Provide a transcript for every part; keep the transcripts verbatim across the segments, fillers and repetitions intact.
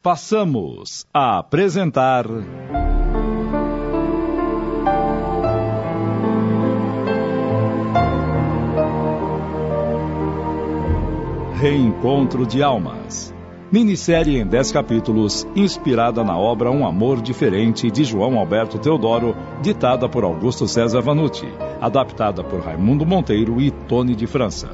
Passamos a apresentar... Reencontro de Almas. Minissérie em dez capítulos, inspirada na obra Um Amor Diferente, de João Alberto Teodoro, ditada por Augusto César Vanucci, adaptada por Raimundo Monteiro e Tony de França.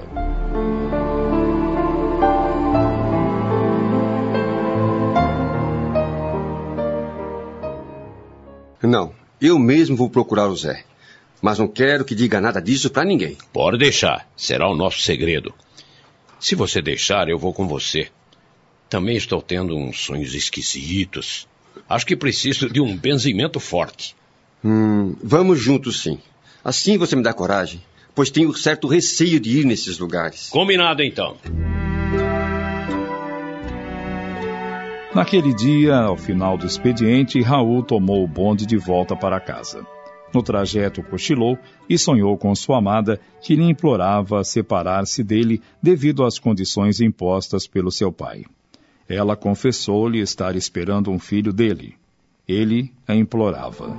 Não, eu mesmo vou procurar o Zé. Mas não quero que diga nada disso pra ninguém. Pode deixar, será o nosso segredo. Se você deixar, eu vou com você. Também estou tendo uns sonhos esquisitos. Acho que preciso de um benzimento forte. Hum, vamos juntos sim. Assim você me dá coragem, pois tenho certo receio de ir nesses lugares. Combinado então. Naquele dia, ao final do expediente, Raul tomou o bonde de volta para casa. No trajeto cochilou e sonhou com sua amada, que lhe implorava separar-se dele devido às condições impostas pelo seu pai. Ela confessou-lhe estar esperando um filho dele. Ele a implorava.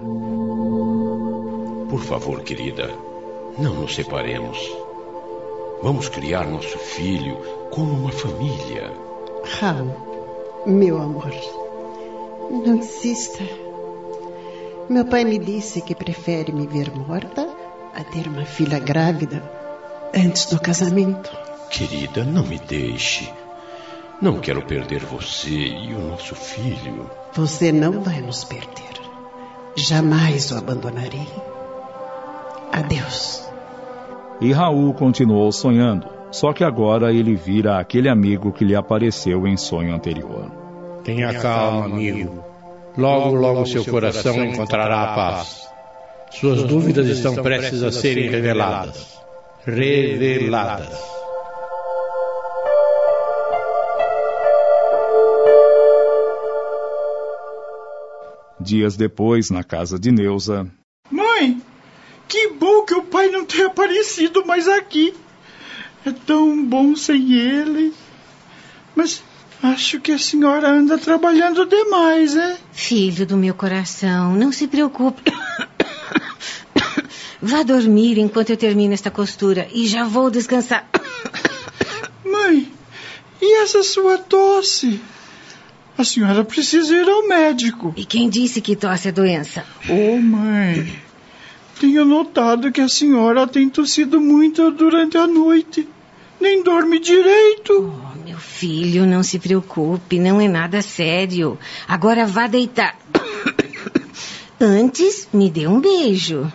Por favor, querida, não nos separemos. Vamos criar nosso filho como uma família. Raul, meu amor, não insista. Meu pai me disse que prefere me ver morta a ter uma filha grávida antes do casamento. Querida, não me deixe. Não quero perder você e o nosso filho. Você não vai nos perder. Jamais o abandonarei. Adeus. E Raul continuou sonhando, só que agora ele vira aquele amigo que lhe apareceu em sonho anterior. Tenha calma, amigo. Logo, logo seu coração encontrará a paz. Suas dúvidas estão prestes a serem reveladas. Reveladas. Dias depois, na casa de Neuza... Mãe, que bom que o pai não tenha aparecido mais aqui. É tão bom sem ele. Mas acho que a senhora anda trabalhando demais, é? Filho do meu coração, não se preocupe. Vá dormir enquanto eu termino esta costura e já vou descansar. Mãe, e essa sua tosse? A senhora precisa ir ao médico. E quem disse que tosse é doença? Oh, mãe, tenho notado que a senhora tem tossido muito durante a noite. Nem dorme direito. Oh, meu filho, não se preocupe, não é nada sério. Agora vá deitar. Antes, me dê um beijo.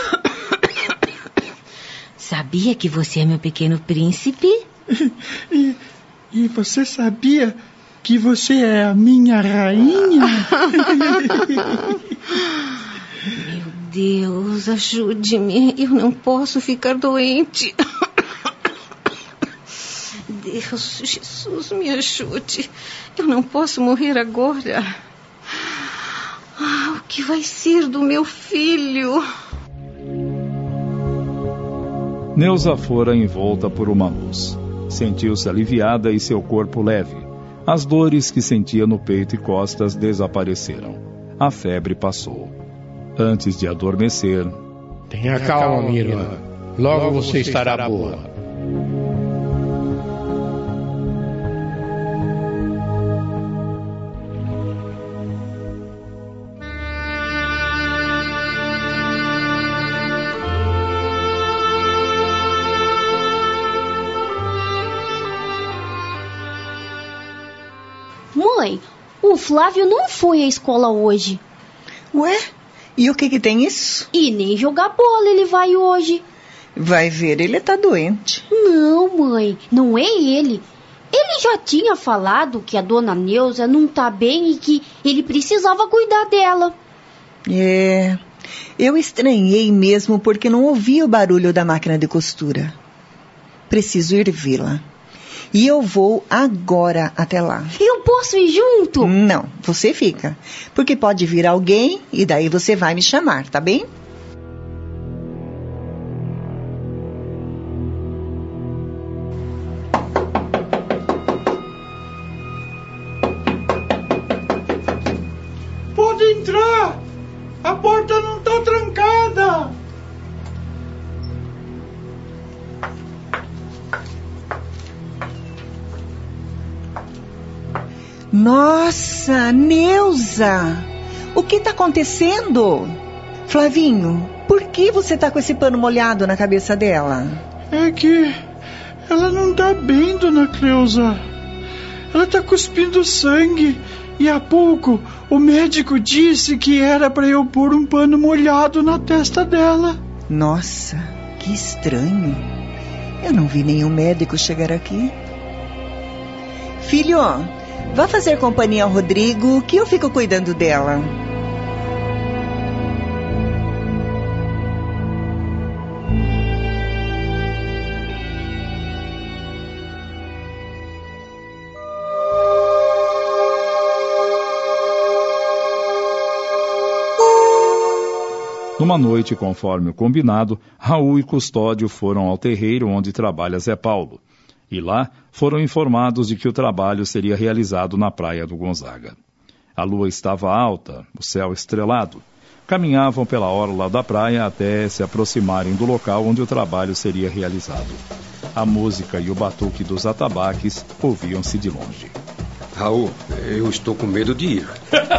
Sabia que você é meu pequeno príncipe? E, e você sabia que você é a minha rainha? Meu Deus, ajude-me. Eu não posso ficar doente. Deus, Jesus, me ajude. Eu não posso morrer agora. Ah, o que vai ser do meu filho? Neuza fora envolta por uma luz. Sentiu-se aliviada e seu corpo leve. As dores que sentia no peito e costas desapareceram. A febre passou. Antes de adormecer... Tenha calma, minha irmã. Logo você estará boa. Mãe, o Flávio não foi à escola hoje. Ué? E o que que tem isso? E nem jogar bola ele vai hoje. Vai ver, ele tá doente. Não, mãe, não é ele. Ele já tinha falado que a dona Neuza não tá bem e que ele precisava cuidar dela. É, eu estranhei mesmo porque não ouvi o barulho da máquina de costura. Preciso ir vê-la. E eu vou agora até lá. Eu posso ir junto? Não, você fica. Porque pode vir alguém e daí você vai me chamar, tá bem? A porta não está trancada. Nossa, Neuza! O que está acontecendo? Flavinho, por que você está com esse pano molhado na cabeça dela? É que ela não está bem, dona Cleusa. Ela está cuspindo sangue. E há pouco o médico disse que era para eu pôr um pano molhado na testa dela. Nossa, que estranho. Eu não vi nenhum médico chegar aqui. Filho, vá fazer companhia ao Rodrigo, que eu fico cuidando dela. Numa noite, conforme o combinado, Raul e Custódio foram ao terreiro onde trabalha Zé Paulo. E lá foram informados de que o trabalho seria realizado na praia do Gonzaga. A lua estava alta, o céu estrelado. Caminhavam pela orla da praia até se aproximarem do local onde o trabalho seria realizado. A música e o batuque dos atabaques ouviam-se de longe. Raul, eu estou com medo de ir.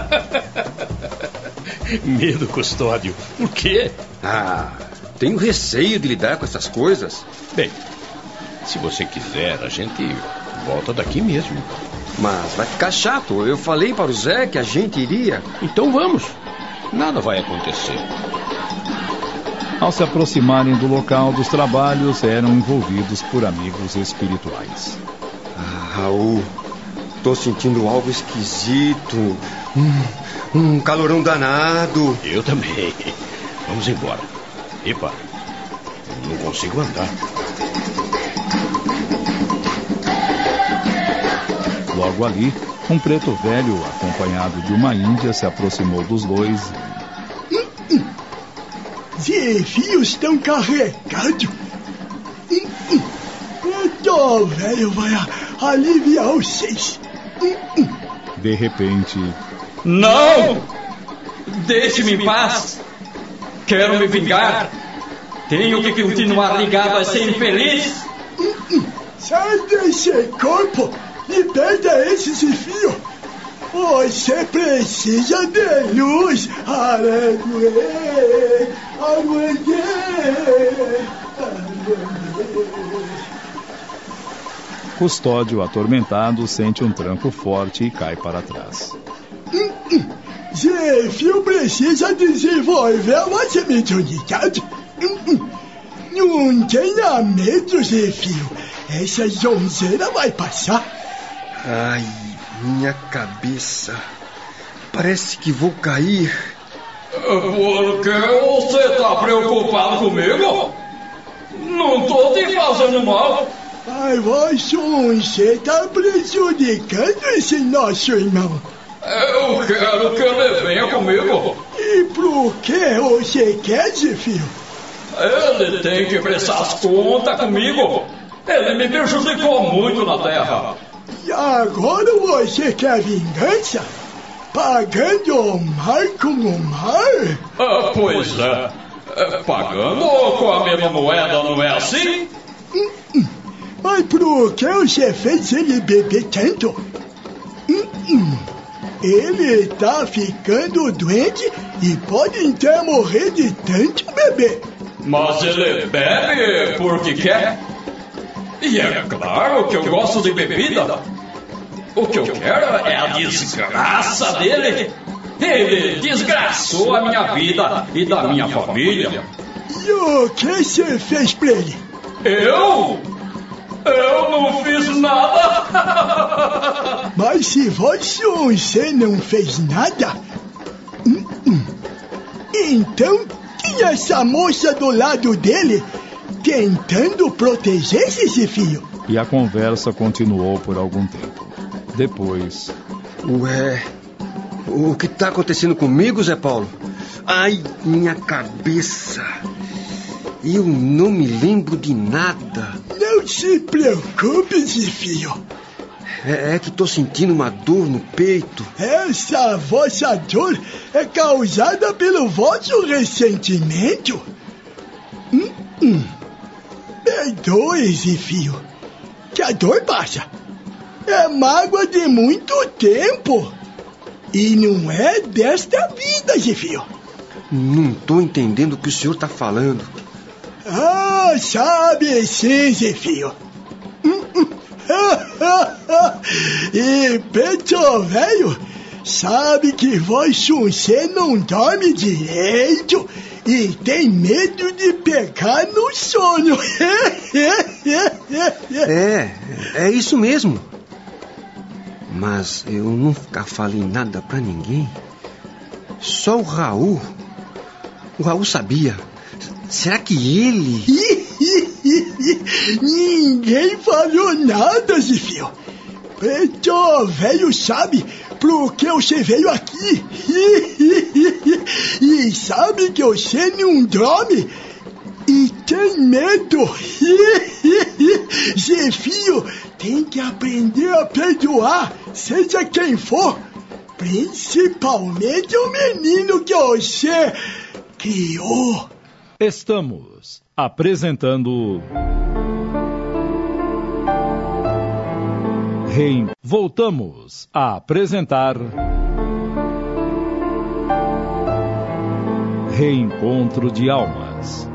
Medo, Custódio? Por quê? Ah, tenho receio de lidar com essas coisas. Bem, se você quiser, a gente volta daqui mesmo. Mas vai ficar chato. Eu falei para o Zé que a gente iria. Então vamos. Nada vai acontecer. Ao se aproximarem do local dos trabalhos, eram envolvidos por amigos espirituais. Ah, Raul, estou sentindo algo esquisito. Hum, um calorão danado. Eu também. Vamos embora. Epa, não consigo andar. Logo ali, um preto velho, acompanhado de uma índia, se aproximou dos dois. Zé Filho estão carregados. Então, velho, vai aliviar vocês. De repente... Não! Deixe-me em paz. Quero me vingar. Tenho que continuar ligado a ser infeliz. Sai desse corpo e perda esse Zé Filho. Você precisa de luz. Arangue, arangue, arangue. Custódio, atormentado, sente um tranco forte e cai para trás. Zé Filho precisa desenvolver uma mediunidade. Não tenha medo, Zé Filho. Essa zonzeira vai passar. Ai, minha cabeça. Parece que vou cair. Por que você está preocupado comigo? Não estou te fazendo mal. Ai, você está prejudicando esse nosso irmão. Eu quero que ele venha comigo. E por que você quer, Zé Filho? Ele tem que prestar as contas comigo. Ele me prejudicou muito na terra. E agora você quer vingança? Pagando o mar com o mar? Ah, pois é. é. Pagando com a mesma moeda, não é assim? Hum, hum. Mas por que você fez ele beber tanto? Hum, hum. Ele está ficando doente e pode até morrer de tanto beber. Mas ele bebe porque quer. E é claro que eu gosto de bebida. O que eu quero é a desgraça dele. Ele desgraçou a minha vida e da minha família. E o que você fez pra ele? Eu? Eu não fiz nada. Mas se você não fez nada, hum, hum. então tinha essa moça do lado dele tentando proteger esse filho. E a conversa continuou por algum tempo. Depois... Ué, o que está acontecendo comigo, Zé Paulo? Ai, minha cabeça. Eu não me lembro de nada. Não se preocupe, Zé Filho. É, é que tô sentindo uma dor no peito. Essa vossa dor é causada pelo vosso ressentimento? Hum, hum. Perdoe, Zefio, que a dor passa. É mágoa de muito tempo. E não é desta vida, Zefio. Não tô entendendo o que o senhor tá falando. Ah, sabe sim, Zefio. E Petro velho, sabe que você não dorme direito e tem medo de pegar no sono. É, é isso mesmo. Mas eu nunca falei nada pra ninguém. Só o Raul. O Raul sabia. Será que ele... Ninguém falou nada, Zefio. Preto velho sabe porque você veio aqui. E sabe que você não dorme e tem medo. Zefio tem que aprender a perdoar, seja quem for. Principalmente o menino que você criou. Estamos apresentando... Rein... Voltamos a apresentar... Reencontro de Almas.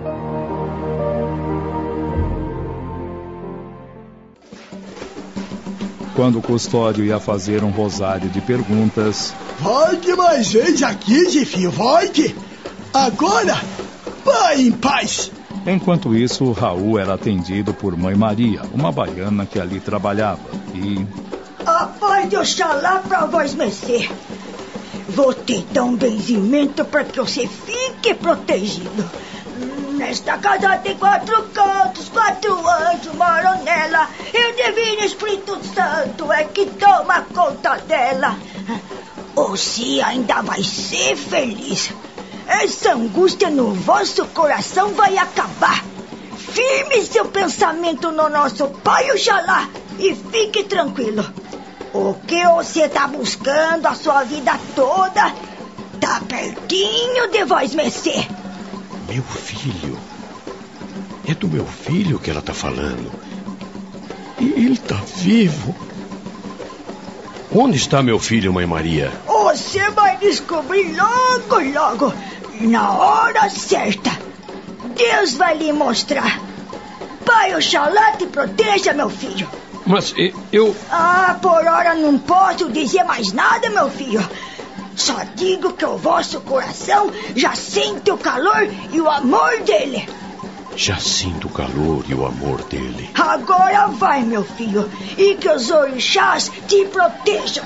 Quando o Custódio ia fazer um rosário de perguntas... Volte mais vezes aqui, Zefio, volte! Agora, vai em paz! Enquanto isso, Raul era atendido por Mãe Maria, uma baiana que ali trabalhava, e... A paz de Oxalá pra vós mercê. Vou te dar um benzimento para que você fique protegido. Nesta casa tem quatro cantos, quatro anjos moram nela. E o Divino Espírito Santo é que toma conta dela. Você ainda vai ser feliz. Essa angústia no vosso coração vai acabar. Firme seu pensamento no nosso Pai Oxalá e fique tranquilo. O que você está buscando a sua vida toda está pertinho de vós mercê. Meu filho? É do meu filho que ela está falando. E ele está vivo. Onde está meu filho, Mãe Maria? Você vai descobrir logo, logo. Na hora certa. Deus vai lhe mostrar. Pai Oxalá te proteja, meu filho. Mas eu... Ah, por hora não posso dizer mais nada, meu filho. Só digo que o vosso coração já sente o calor e o amor dele. Já sinto o calor e o amor dele. Agora vai, meu filho, e que os orixás te protejam.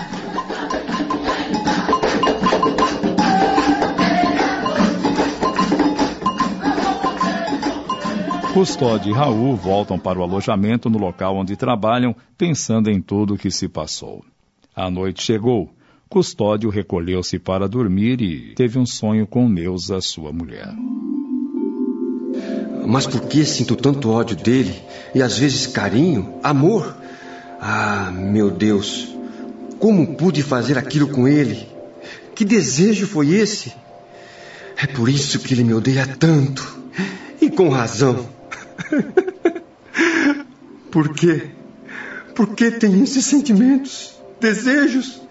Custódio e Raul voltam para o alojamento no local onde trabalham, pensando em tudo o que se passou. A noite chegou. Custódio recolheu-se para dormir e teve um sonho com Neuza, sua mulher. Mas por que sinto tanto ódio dele e às vezes carinho, amor? Ah, meu Deus, como pude fazer aquilo com ele? Que desejo foi esse? É por isso que ele me odeia tanto. E com razão. Por quê? Por que tem esses sentimentos, desejos?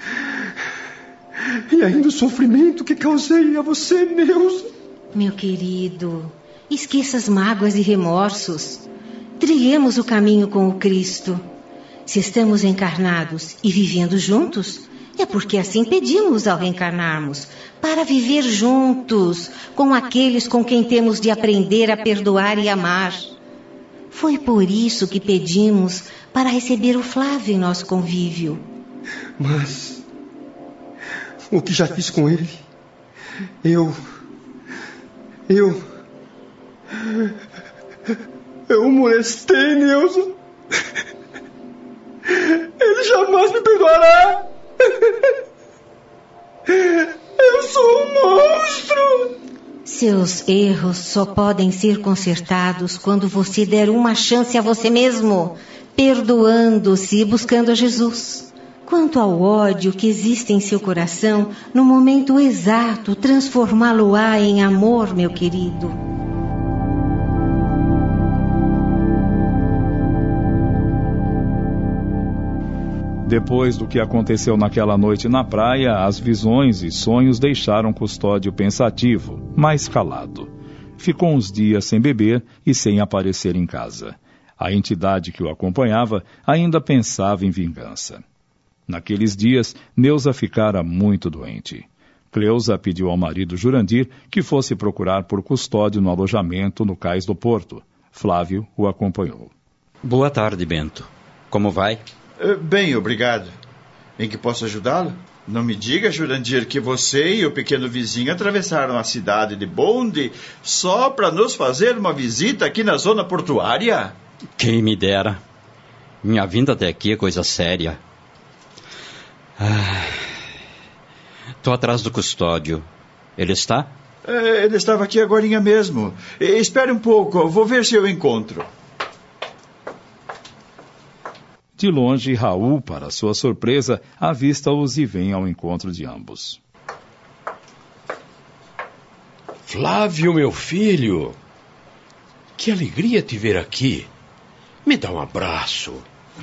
E ainda o sofrimento que causei a você, Neuza. Meu querido, esqueça as mágoas e remorsos. Trilhemos o caminho com o Cristo. Se estamos encarnados e vivendo juntos, é porque assim pedimos ao reencarnarmos, para viver juntos com aqueles com quem temos de aprender a perdoar e amar. Foi por isso que pedimos para receber o Flávio em nosso convívio. Mas o que já fiz com ele? Eu... Eu... Eu o molestei, Neuza. Ele jamais me perdoará. Eu sou um monstro. Seus erros só podem ser consertados quando você der uma chance a você mesmo. perdoando-se e buscando a Jesus. Quanto ao ódio que existe em seu coração, no momento exato, transformá-lo-á em amor, meu querido. Depois do que aconteceu naquela noite na praia, as visões e sonhos deixaram Custódio pensativo, mas calado. Ficou uns dias sem beber e sem aparecer em casa. A entidade que o acompanhava ainda pensava em vingança. Naqueles dias, Neuza ficara muito doente. Cleusa pediu ao marido Jurandir que fosse procurar por Custódio no alojamento no cais do Porto. Flávio o acompanhou. Boa tarde, Bento. Como vai? Bem, obrigado. Em que posso ajudá-lo? Não me diga, Jurandir, que você e o pequeno vizinho atravessaram a cidade de bonde só para nos fazer uma visita aqui na zona portuária? Quem me dera. Minha vinda até aqui é coisa séria. Estou ah, atrás do Custódio. Ele está? É, ele estava aqui agorinha mesmo. Espere um pouco, vou ver se eu encontro. De longe, Raul, para sua surpresa, avista-os e vem ao encontro de ambos. Flávio, meu filho, que alegria te ver aqui. Me dá um abraço.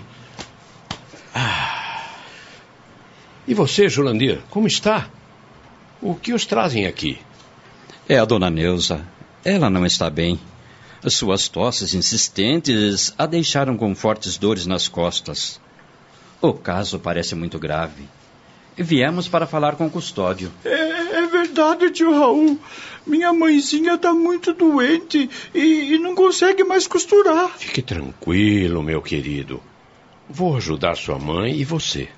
Ah. E você, Jurandir, como está? O que os trazem aqui? É a dona Neuza. Ela não está bem. Suas tosses insistentes a deixaram com fortes dores nas costas. O caso parece muito grave. Viemos para falar com o Custódio. É, é verdade, tio Raul. Minha mãezinha está muito doente e, e não consegue mais costurar. Fique tranquilo, meu querido. Vou ajudar sua mãe e você.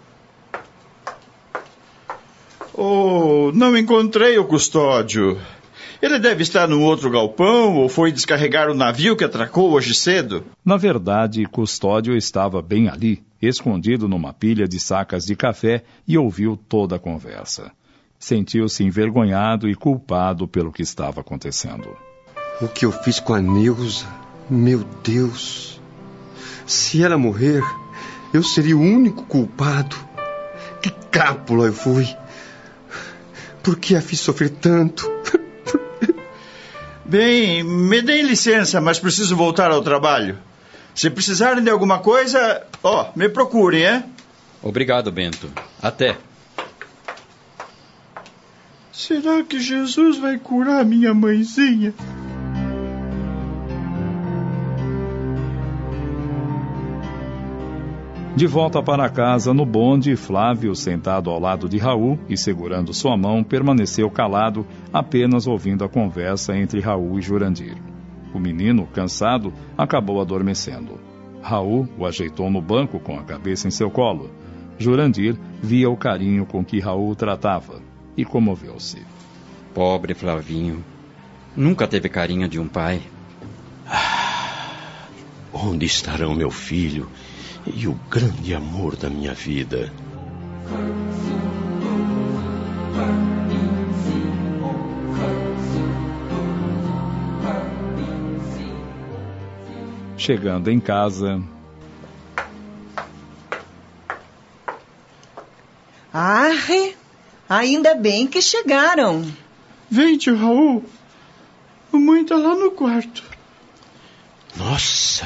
Oh, não encontrei o Custódio. Ele deve estar num outro galpão ou foi descarregar o navio que atracou hoje cedo. Na verdade, Custódio estava bem ali, escondido numa pilha de sacas de café, e ouviu toda a conversa. Sentiu-se envergonhado e culpado pelo que estava acontecendo. O que eu fiz com a Neuza? Meu Deus! Se ela morrer, eu seria o único culpado. Que crápula eu fui! Por que a fiz sofrer tanto? Bem, me deem licença, mas preciso voltar ao trabalho. Se precisarem de alguma coisa, ó, me procurem, é? Obrigado, Bento. Até. Será que Jesus vai curar minha mãezinha? De volta para casa, no bonde, Flávio, sentado ao lado de Raul e segurando sua mão, permaneceu calado, apenas ouvindo a conversa entre Raul e Jurandir. O menino, cansado, acabou adormecendo. Raul o ajeitou no banco com a cabeça em seu colo. Jurandir via o carinho com que Raul o tratava e comoveu-se. Pobre Flavinho. Nunca teve carinho de um pai. Ah, onde estarão meu filho e o grande amor da minha vida? Chegando em casa... Arre! Ainda bem que chegaram. Vem, tio Raul. Mamãe está lá no quarto. Nossa!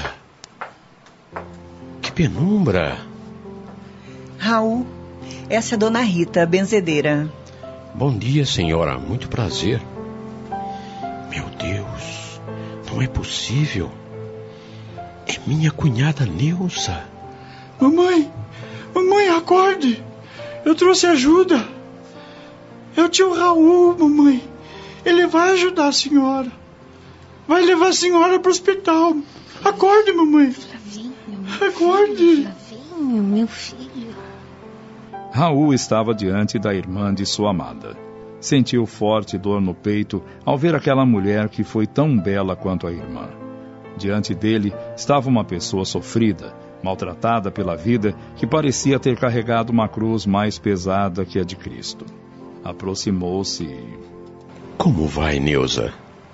Que penumbra! Raul, essa é a dona Rita, a benzedeira. Bom dia, senhora. Muito prazer. Meu Deus, não é possível. É minha cunhada Neuza. Mamãe, mamãe, acorde. Eu trouxe ajuda. É o tio Raul, mamãe. Ele vai ajudar a senhora. Vai levar a senhora para o hospital. Acorde, mamãe. Flavinho, acorde. Flavinho, meu filho. Raul estava diante da irmã de sua amada. Sentiu forte dor no peito ao ver aquela mulher que foi tão bela quanto a irmã. Diante dele estava uma pessoa sofrida, maltratada pela vida, que parecia ter carregado uma cruz mais pesada que a de Cristo. Aproximou-se e... Como vai, Neuza?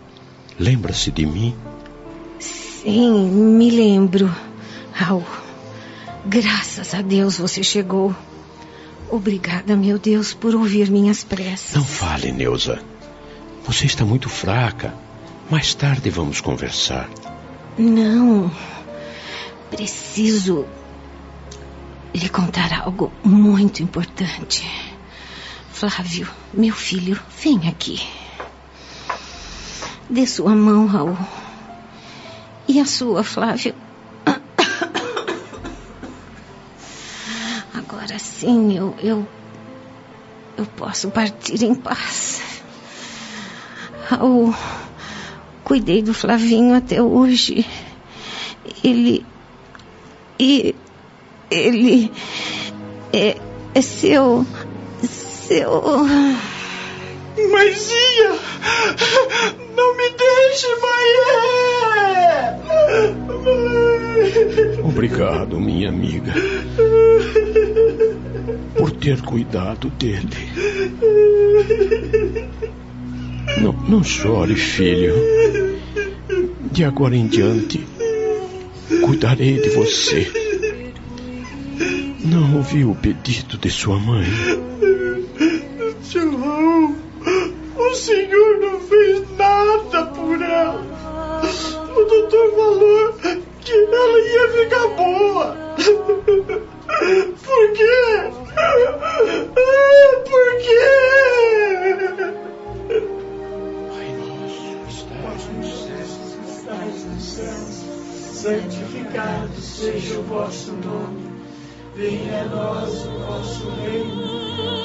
Lembra-se de mim? Sim, me lembro. Raul, Graças a Deus você chegou. Obrigada, meu Deus, por ouvir minhas preces. Não fale, Neuza. Você está muito fraca. Mais tarde vamos conversar. Não. Preciso lhe contar algo muito importante. Flávio, meu filho, vem aqui. Dê sua mão, Raul. E a sua, Flávio? Agora sim, eu, eu, eu posso partir em paz. Raul, cuidei do Flavinho até hoje. Ele... E... Ele... É, é seu... Seu... Mãezinha! Não me deixe, mãe! Obrigado, minha amiga, por ter cuidado dele. Não, não chore, filho. De agora em diante, cuidarei de você. Não ouvi o pedido de sua mãe. Tio Raul, o senhor não fez nada por ela. O doutor falou que ela ia ficar boa. Por quê? Por quê? Pai nosso, estás nos céus, estás nos céus, santificado seja o vosso nome. Venha a nós o vosso reino.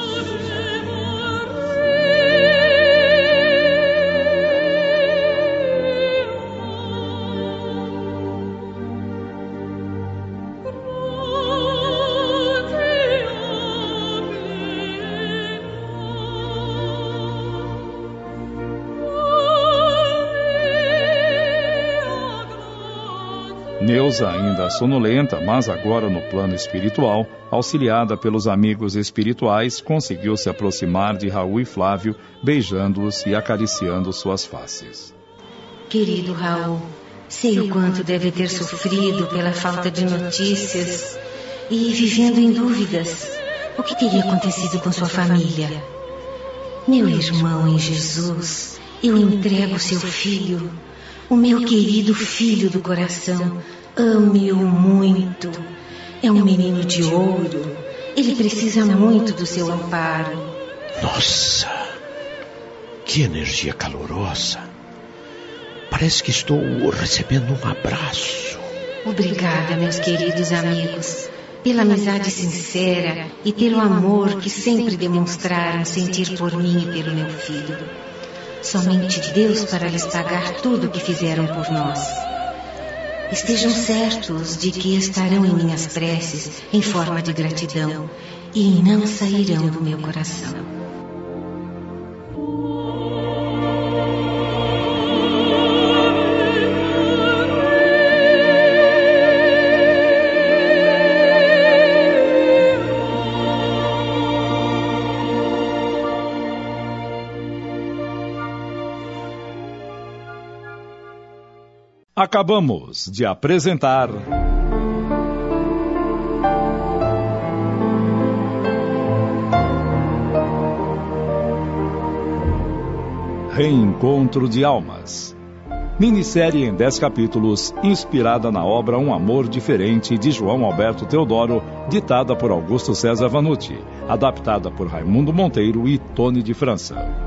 Neuza, ainda sonolenta, mas agora no plano espiritual, auxiliada pelos amigos espirituais, conseguiu se aproximar de Raul e Flávio, beijando-os e acariciando suas faces. Querido Raul, sei o quanto deve ter sofrido pela falta de notícias e vivendo em dúvidas. O que teria acontecido com sua família? Meu irmão em Jesus, eu entrego seu filho, o meu querido filho do coração. Ame-o muito. É um menino de ouro. Ele precisa muito do seu amparo. Nossa, que energia calorosa. Parece que estou recebendo um abraço. Obrigada, meus queridos amigos, pela amizade sincera e pelo amor que sempre demonstraram sentir por mim e pelo meu filho. Somente Deus para lhes pagar tudo o que fizeram por nós. Estejam certos de que estarão em minhas preces em forma de gratidão e não sairão do meu coração. Acabamos de apresentar Reencontro de Almas, minissérie em dez capítulos, inspirada na obra Um Amor Diferente, de João Alberto Teodoro, ditada por Augusto César Vanucci, adaptada por Raimundo Monteiro e Tony de França.